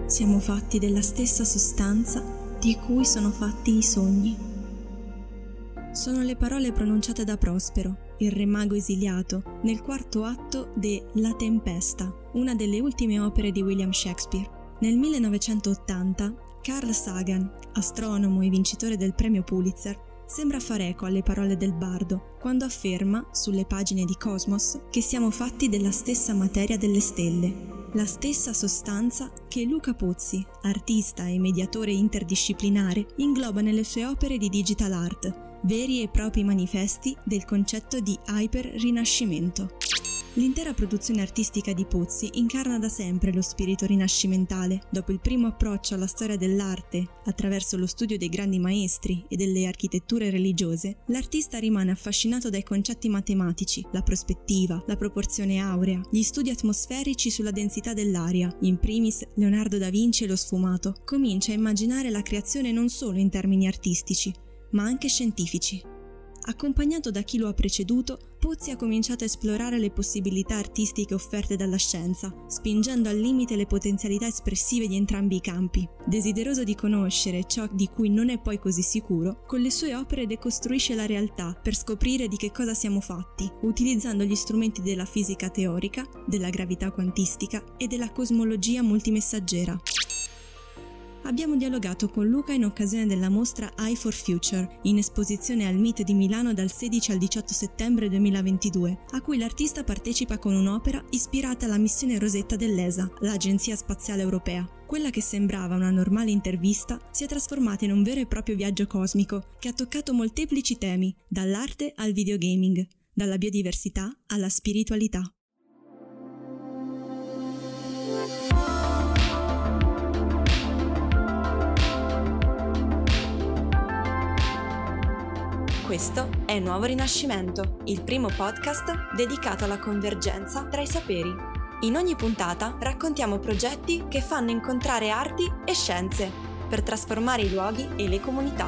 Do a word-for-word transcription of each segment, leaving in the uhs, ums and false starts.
siamo fatti della stessa sostanza di cui sono fatti i sogni. Sono le parole pronunciate da Prospero, il re mago esiliato, nel quarto atto de La Tempesta, una delle ultime opere di William Shakespeare. Nel millenovecentottanta, Carl Sagan, astronomo e vincitore del premio Pulitzer, sembra far eco alle parole del bardo quando afferma, sulle pagine di Cosmos, che siamo fatti della stessa materia delle stelle, la stessa sostanza che Luca Pozzi, artista e mediatore interdisciplinare, ingloba nelle sue opere di digital art, veri e propri manifesti del concetto di iper-rinascimento. L'intera produzione artistica di Pozzi incarna da sempre lo spirito rinascimentale. Dopo il primo approccio alla storia dell'arte, attraverso lo studio dei grandi maestri e delle architetture religiose, l'artista rimane affascinato dai concetti matematici, la prospettiva, la proporzione aurea, gli studi atmosferici sulla densità dell'aria. In primis, Leonardo da Vinci e lo sfumato. Comincia a immaginare la creazione non solo in termini artistici, ma anche scientifici. Accompagnato da chi lo ha preceduto, Pozzi ha cominciato a esplorare le possibilità artistiche offerte dalla scienza, spingendo al limite le potenzialità espressive di entrambi i campi. Desideroso di conoscere ciò di cui non è poi così sicuro, con le sue opere decostruisce la realtà per scoprire di che cosa siamo fatti, utilizzando gli strumenti della fisica teorica, della gravità quantistica e della cosmologia multimessaggera. Abbiamo dialogato con Luca in occasione della mostra Eye for Future, in esposizione al M I T di Milano dal sedici al diciotto settembre duemilaventidue, a cui l'artista partecipa con un'opera ispirata alla missione Rosetta dell'E S A, l'Agenzia Spaziale Europea. Quella che sembrava una normale intervista si è trasformata in un vero e proprio viaggio cosmico che ha toccato molteplici temi, dall'arte al videogaming, dalla biodiversità alla spiritualità. Questo è Nuovo Rinascimento, il primo podcast dedicato alla convergenza tra i saperi. In ogni puntata raccontiamo progetti che fanno incontrare arti e scienze per trasformare i luoghi e le comunità.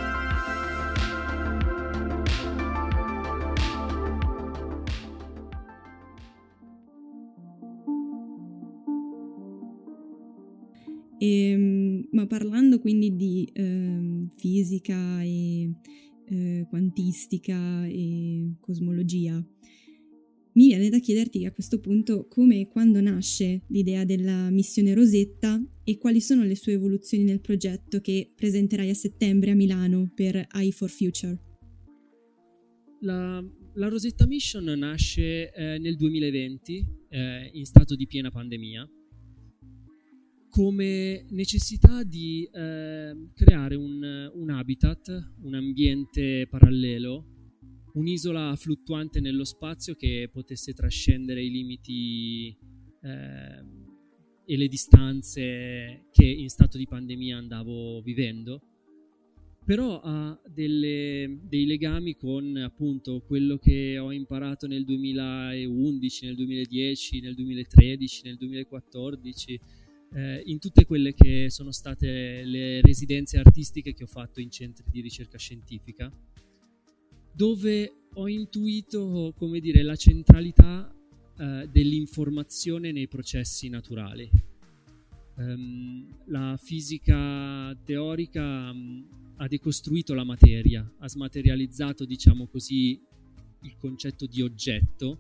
E, ma parlando quindi di eh, fisica e Eh, quantistica e cosmologia, mi viene da chiederti a questo punto come e quando nasce l'idea della missione Rosetta e quali sono le sue evoluzioni nel progetto che presenterai a settembre a Milano per Eye for Future. La, la Rosetta Mission nasce eh, nel duemilaventi eh, in stato di piena pandemia, come necessità di eh, creare un, un habitat, un ambiente parallelo, un'isola fluttuante nello spazio che potesse trascendere i limiti eh, e le distanze che in stato di pandemia andavo vivendo, però ha delle, dei legami con appunto quello che ho imparato nel duemilaundici, nel duemiladieci, nel duemilatredici, nel duemilaquattordici, Eh, in tutte quelle che sono state le residenze artistiche che ho fatto in centri di ricerca scientifica, dove ho intuito, come dire, la centralità eh, dell'informazione nei processi naturali. Um, la fisica teorica um, ha decostruito la materia, ha smaterializzato, diciamo così, il concetto di oggetto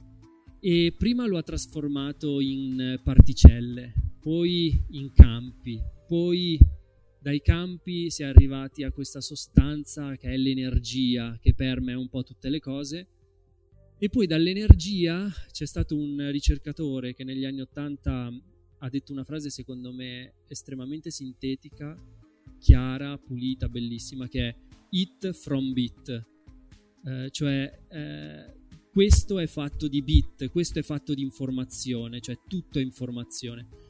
e prima lo ha trasformato in particelle, poi in campi, poi dai campi si è arrivati a questa sostanza che è l'energia che permea un po' tutte le cose, e poi dall'energia c'è stato un ricercatore che negli anni Ottanta ha detto una frase secondo me estremamente sintetica, chiara, pulita, bellissima, che è "it from bit", eh, cioè eh, questo è fatto di bit, questo è fatto di informazione, cioè tutto è informazione.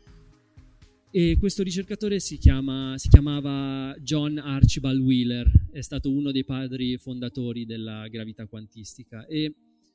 E questo ricercatore si, chiama, si chiamava John Archibald Wheeler, è stato uno dei padri fondatori della gravità quantistica, e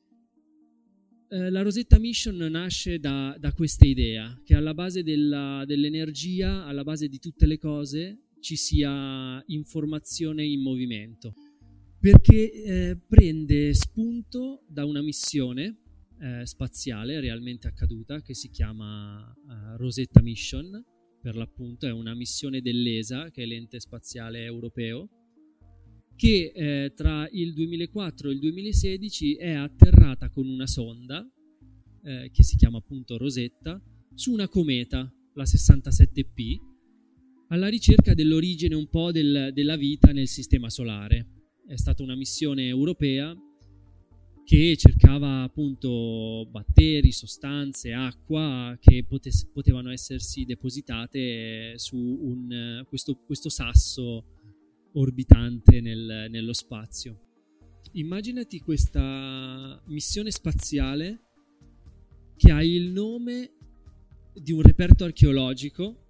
eh, la Rosetta Mission nasce da, da questa idea che alla base della, dell'energia, alla base di tutte le cose, ci sia informazione in movimento, perché eh, prende spunto da una missione eh, spaziale realmente accaduta che si chiama uh, Rosetta Mission, per l'appunto, è una missione dell'E S A, che è l'ente spaziale europeo, che eh, tra il duemilaquattro e il duemilasedici è atterrata con una sonda, eh, che si chiama appunto Rosetta, su una cometa, la sessantasette P, alla ricerca dell'origine un po' del, della vita nel sistema solare. È stata una missione europea che cercava appunto batteri, sostanze, acqua che potes- potevano essersi depositate su un, questo, questo sasso orbitante nel, nello spazio. Immaginati questa missione spaziale che ha il nome di un reperto archeologico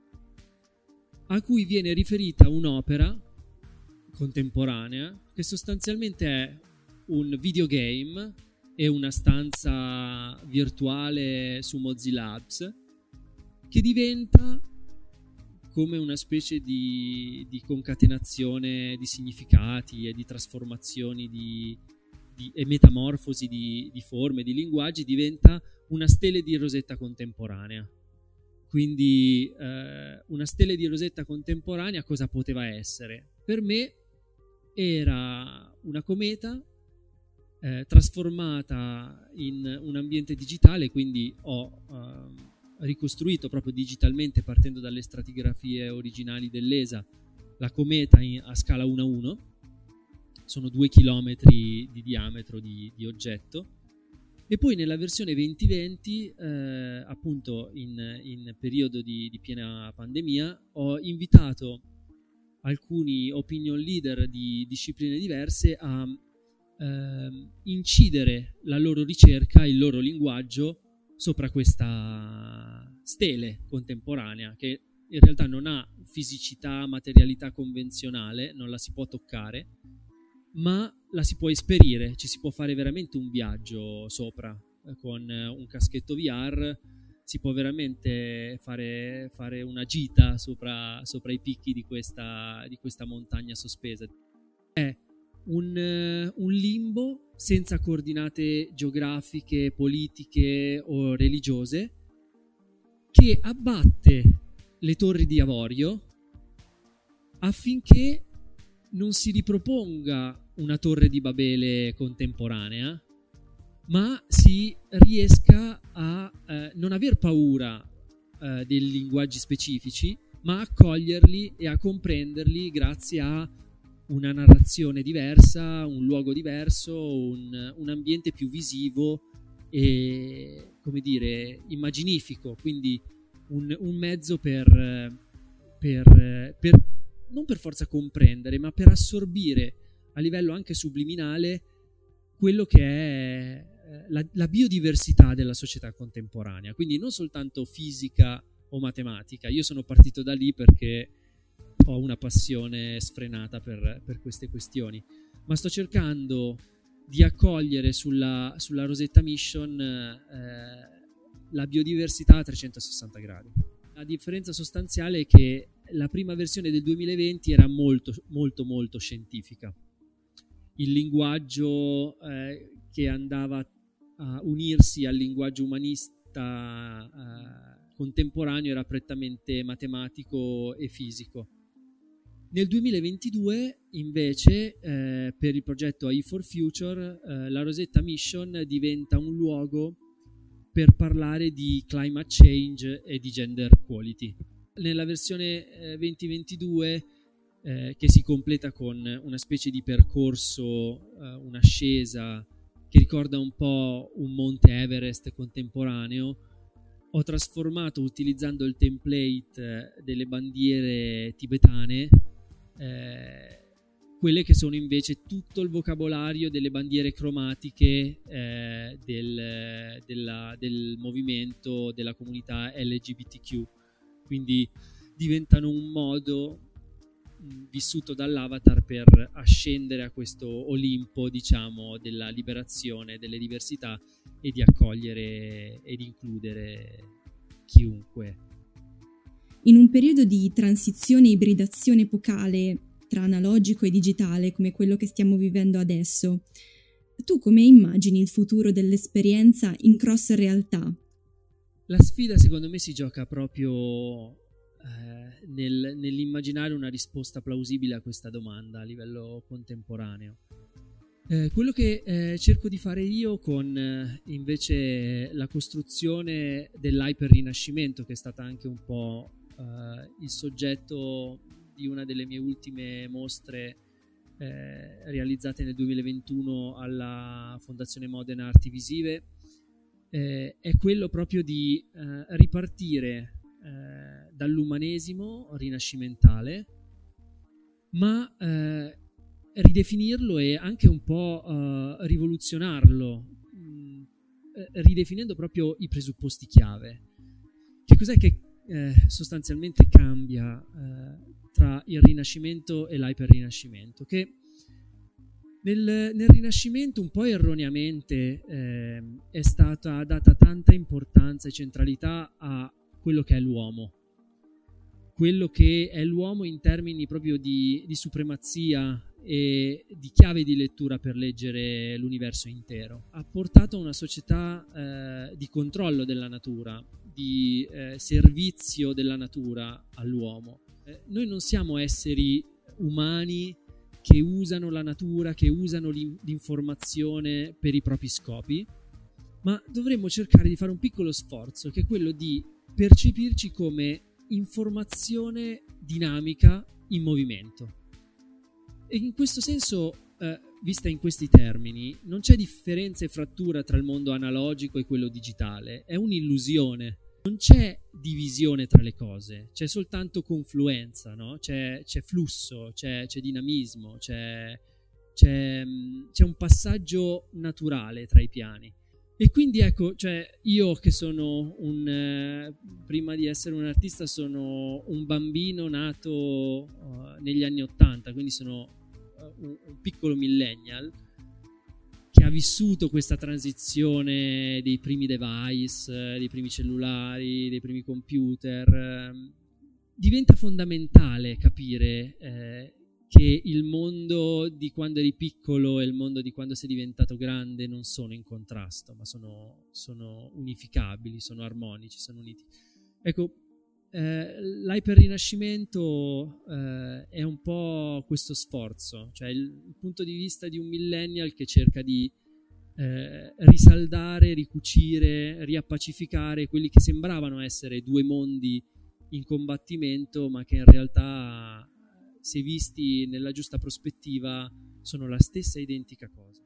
a cui viene riferita un'opera contemporanea che sostanzialmente è un videogame e una stanza virtuale su Mozilla Labs, che diventa come una specie di, di concatenazione di significati e di trasformazioni di, di, e metamorfosi di, di forme, di linguaggi, diventa una stele di Rosetta contemporanea. Quindi eh, una stele di Rosetta contemporanea cosa poteva essere? Per me era una cometa eh, trasformata in un ambiente digitale, quindi ho eh, ricostruito proprio digitalmente, partendo dalle stratigrafie originali dell'E S A, la cometa in, a scala uno a uno, sono due chilometri di diametro di, di oggetto, e poi nella versione venti venti, eh, appunto in, in periodo di, di piena pandemia, ho invitato alcuni opinion leader di discipline diverse a eh, incidere la loro ricerca, il loro linguaggio sopra questa stele contemporanea, che in realtà non ha fisicità, materialità convenzionale, non la si può toccare, ma la si può esperire, ci si può fare veramente un viaggio sopra, eh, con un caschetto V R, si può veramente fare, fare una gita sopra, sopra i picchi di questa, di questa montagna sospesa. È un, un limbo senza coordinate geografiche, politiche o religiose, che abbatte le torri di avorio affinché non si riproponga una torre di Babele contemporanea, ma si riesca a eh, non aver paura eh, dei linguaggi specifici, ma accoglierli e a comprenderli grazie a una narrazione diversa, un luogo diverso, un, un ambiente più visivo e, come dire, immaginifico, quindi un, un mezzo per, per, per non per forza comprendere, ma per assorbire a livello anche subliminale quello che è la, la biodiversità della società contemporanea, quindi non soltanto fisica o matematica. Io sono partito da lì perché ho una passione sfrenata per, per queste questioni, ma sto cercando di accogliere sulla, sulla Rosetta Mission eh, la biodiversità a trecentosessanta gradi. La differenza sostanziale è che la prima versione del duemilaventi era molto molto molto scientifica. Il linguaggio eh, che andava a unirsi al linguaggio umanista eh, contemporaneo era prettamente matematico e fisico. Nel duemilaventidue invece eh, per il progetto A I for Future eh, la Rosetta Mission diventa un luogo per parlare di climate change e di gender equality. Nella versione eh, venti ventidue, eh, che si completa con una specie di percorso, eh, un'ascesa che ricorda un po' un Monte Everest contemporaneo, ho trasformato, utilizzando il template delle bandiere tibetane, eh, quelle che sono invece tutto il vocabolario delle bandiere cromatiche eh, del, della, del movimento della comunità L G B T Q. Quindi diventano un modo mh, vissuto dall'avatar per ascendere a questo Olimpo, diciamo, della liberazione delle diversità e di accogliere ed includere chiunque. In un periodo di transizione e ibridazione epocale tra analogico e digitale come quello che stiamo vivendo adesso, tu come immagini il futuro dell'esperienza in cross realtà? La sfida secondo me si gioca proprio eh, nel, nell'immaginare una risposta plausibile a questa domanda a livello contemporaneo. Eh, quello che eh, cerco di fare io con eh, invece la costruzione dell'iperrinascimento, che è stata anche un po' eh, il soggetto di una delle mie ultime mostre eh, realizzate nel duemilaventuno alla Fondazione Modena Arti Visive, eh, è quello proprio di eh, ripartire eh, dall'umanesimo rinascimentale, ma eh, ridefinirlo e anche un po' uh, rivoluzionarlo, mh, ridefinendo proprio i presupposti chiave. Che cos'è che eh, sostanzialmente cambia eh, tra il Rinascimento e l'Iperrinascimento? Che nel, nel Rinascimento, un po' erroneamente, eh, è stata data tanta importanza e centralità a quello che è l'uomo, quello che è l'uomo in termini proprio di, di supremazia e di chiave di lettura per leggere l'universo intero. Ha portato a una società eh, di controllo della natura, di eh, servizio della natura all'uomo. Eh, noi non siamo esseri umani che usano la natura, che usano l'informazione per i propri scopi, ma dovremmo cercare di fare un piccolo sforzo, che è quello di percepirci come informazione dinamica in movimento. E in questo senso, eh, vista in questi termini, non c'è differenza e frattura tra il mondo analogico e quello digitale, è un'illusione. Non c'è divisione tra le cose, c'è soltanto confluenza, no? C'è, c'è flusso, c'è, c'è dinamismo, c'è, c'è, c'è un passaggio naturale tra i piani. E quindi ecco, cioè io che sono un, eh, prima di essere un artista sono un bambino nato uh, negli anni ottanta, quindi sono uh, un, un piccolo millennial che ha vissuto questa transizione dei primi device, eh, dei primi cellulari, dei primi computer. Eh, diventa fondamentale capire eh, che il mondo di quando eri piccolo e il mondo di quando sei diventato grande non sono in contrasto, ma sono, sono unificabili, sono armonici, sono uniti. Ecco, eh, l'iperrinascimento eh, è un po' questo sforzo, cioè il, il punto di vista di un millennial che cerca di eh, risaldare, ricucire, riappacificare quelli che sembravano essere due mondi in combattimento, ma che in realtà, se visti nella giusta prospettiva, sono la stessa identica cosa.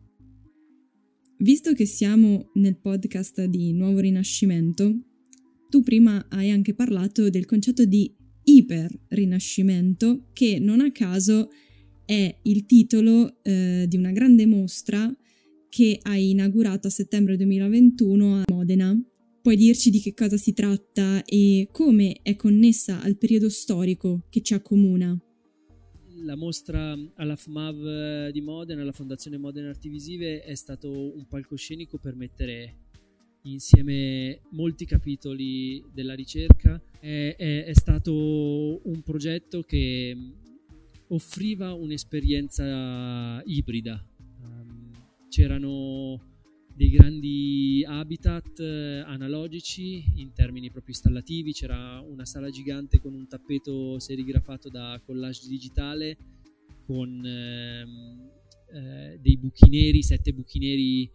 Visto che siamo nel podcast di Nuovo Rinascimento, tu prima hai anche parlato del concetto di iperrinascimento, che non a caso è il titolo eh, di una grande mostra che hai inaugurato a settembre duemilaventuno a Modena. Puoi dirci di che cosa si tratta e come è connessa al periodo storico che ci accomuna? La mostra alla F M A V di Modena, alla Fondazione Modena Arti Visive, è stato un palcoscenico per mettere insieme molti capitoli della ricerca. È, è, è stato un progetto che offriva un'esperienza ibrida. Um, c'erano dei grandi habitat eh, analogici in termini proprio installativi, c'era una sala gigante con un tappeto serigrafato da collage digitale con ehm, eh, dei buchi neri, sette buchi neri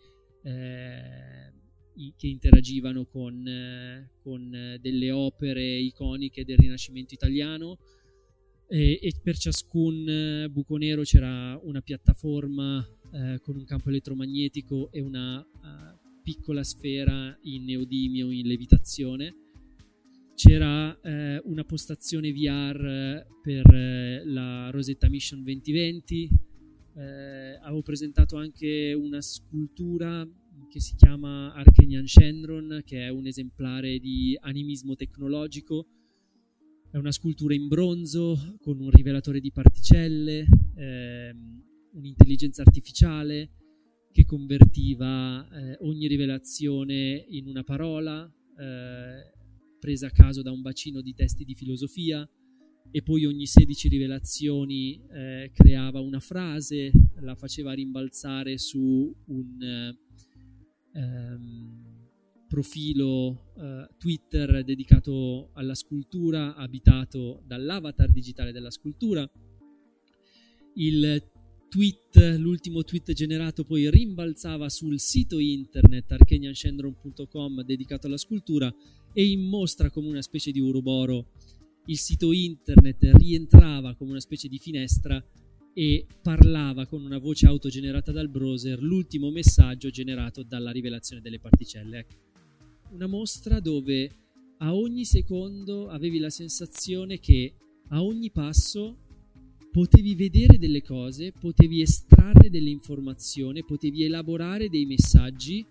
eh, i, che interagivano con, eh, con delle opere iconiche del Rinascimento italiano, e, e per ciascun eh, buco nero c'era una piattaforma Eh, con un campo elettromagnetico e una uh, piccola sfera in neodimio in levitazione. C'era eh, una postazione V R per eh, la Rosetta Mission duemilaventi. Eh, avevo presentato anche una scultura che si chiama Archenian Chandron, che è un esemplare di animismo tecnologico. È una scultura in bronzo con un rivelatore di particelle, ehm, un'intelligenza artificiale che convertiva eh, ogni rivelazione in una parola eh, presa a caso da un bacino di testi di filosofia, e poi ogni sedici rivelazioni eh, creava una frase, la faceva rimbalzare su un, eh, um, profilo uh, Twitter dedicato alla scultura, abitato dall'avatar digitale della scultura. Il tweet, l'ultimo tweet generato poi rimbalzava sul sito internet archenian shendron punto com dedicato alla scultura, e in mostra come una specie di uruboro il sito internet rientrava come una specie di finestra e parlava con una voce autogenerata dal browser l'ultimo messaggio generato dalla rivelazione delle particelle. Una mostra dove a ogni secondo avevi la sensazione che a ogni passo potevi vedere delle cose, potevi estrarre delle informazioni, potevi elaborare dei messaggi,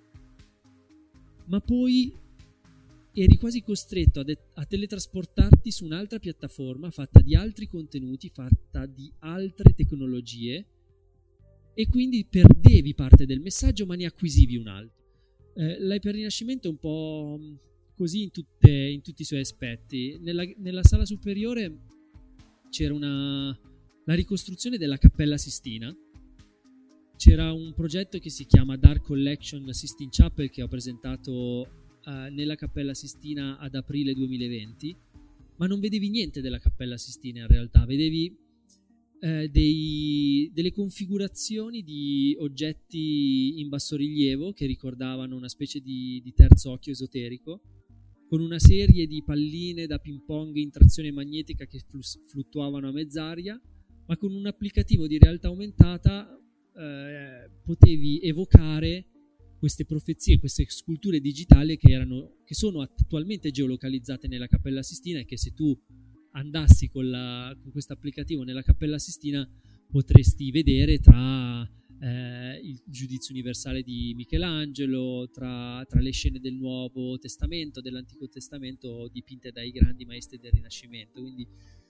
ma poi eri quasi costretto a, de- a teletrasportarti su un'altra piattaforma fatta di altri contenuti, fatta di altre tecnologie, e quindi perdevi parte del messaggio ma ne acquisivi un altro. Eh, l'iperrinascimento è un po' così in, tutte, in tutti i suoi aspetti. Nella, nella sala superiore c'era una, la ricostruzione della Cappella Sistina. C'era un progetto che si chiama Dark Collection Sistine Chapel che ho presentato Uh, nella Cappella Sistina ad aprile duemilaventi, ma non vedevi niente della Cappella Sistina in realtà, vedevi uh, dei, delle configurazioni di oggetti in bassorilievo che ricordavano una specie di, di terzo occhio esoterico, con una serie di palline da ping pong in trazione magnetica che flus- fluttuavano a mezz'aria, ma con un applicativo di realtà aumentata uh, potevi evocare queste profezie, queste sculture digitali che erano, che sono attualmente geolocalizzate nella Cappella Sistina, e che se tu andassi con, la, con questo applicativo nella Cappella Sistina potresti vedere tra eh, il giudizio universale di Michelangelo, tra, tra le scene del Nuovo Testamento, dell'Antico Testamento dipinte dai grandi maestri del Rinascimento. Quindi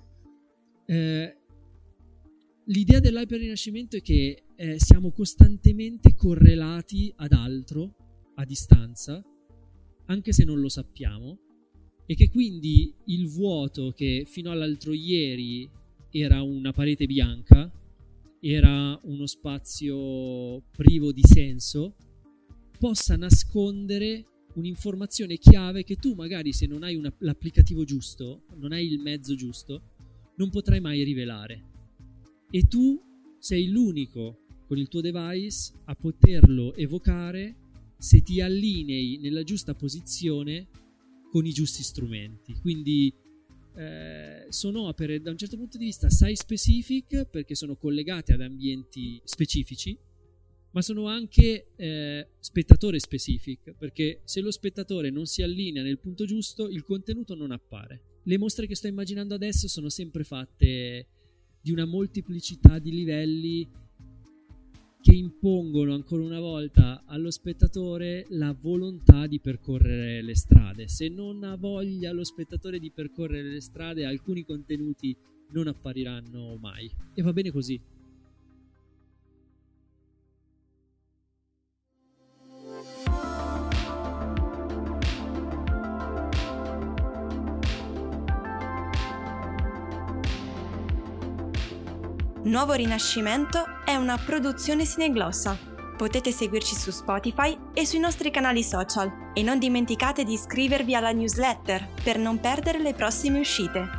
eh, l'idea dell'iperrinascimento è che eh, siamo costantemente correlati ad altro a distanza, anche se non lo sappiamo, e che quindi il vuoto che fino all'altro ieri era una parete bianca, era uno spazio privo di senso, possa nascondere un'informazione chiave che tu magari, se non hai una, l'applicativo giusto, non hai il mezzo giusto, non potrai mai rivelare. E tu sei l'unico con il tuo device a poterlo evocare se ti allinei nella giusta posizione con i giusti strumenti. Quindi eh, sono opere da un certo punto di vista site specific, perché sono collegate ad ambienti specifici, ma sono anche eh, spettatore specific, perché se lo spettatore non si allinea nel punto giusto, il contenuto non appare. Le mostre che sto immaginando adesso sono sempre fatte di una molteplicità di livelli che impongono ancora una volta allo spettatore la volontà di percorrere le strade. Se non ha voglia lo spettatore di percorrere le strade, alcuni contenuti non appariranno mai, e va bene così. Nuovo Rinascimento è una produzione Sineglossa. Potete seguirci su Spotify e sui nostri canali social, e non dimenticate di iscrivervi alla newsletter per non perdere le prossime uscite.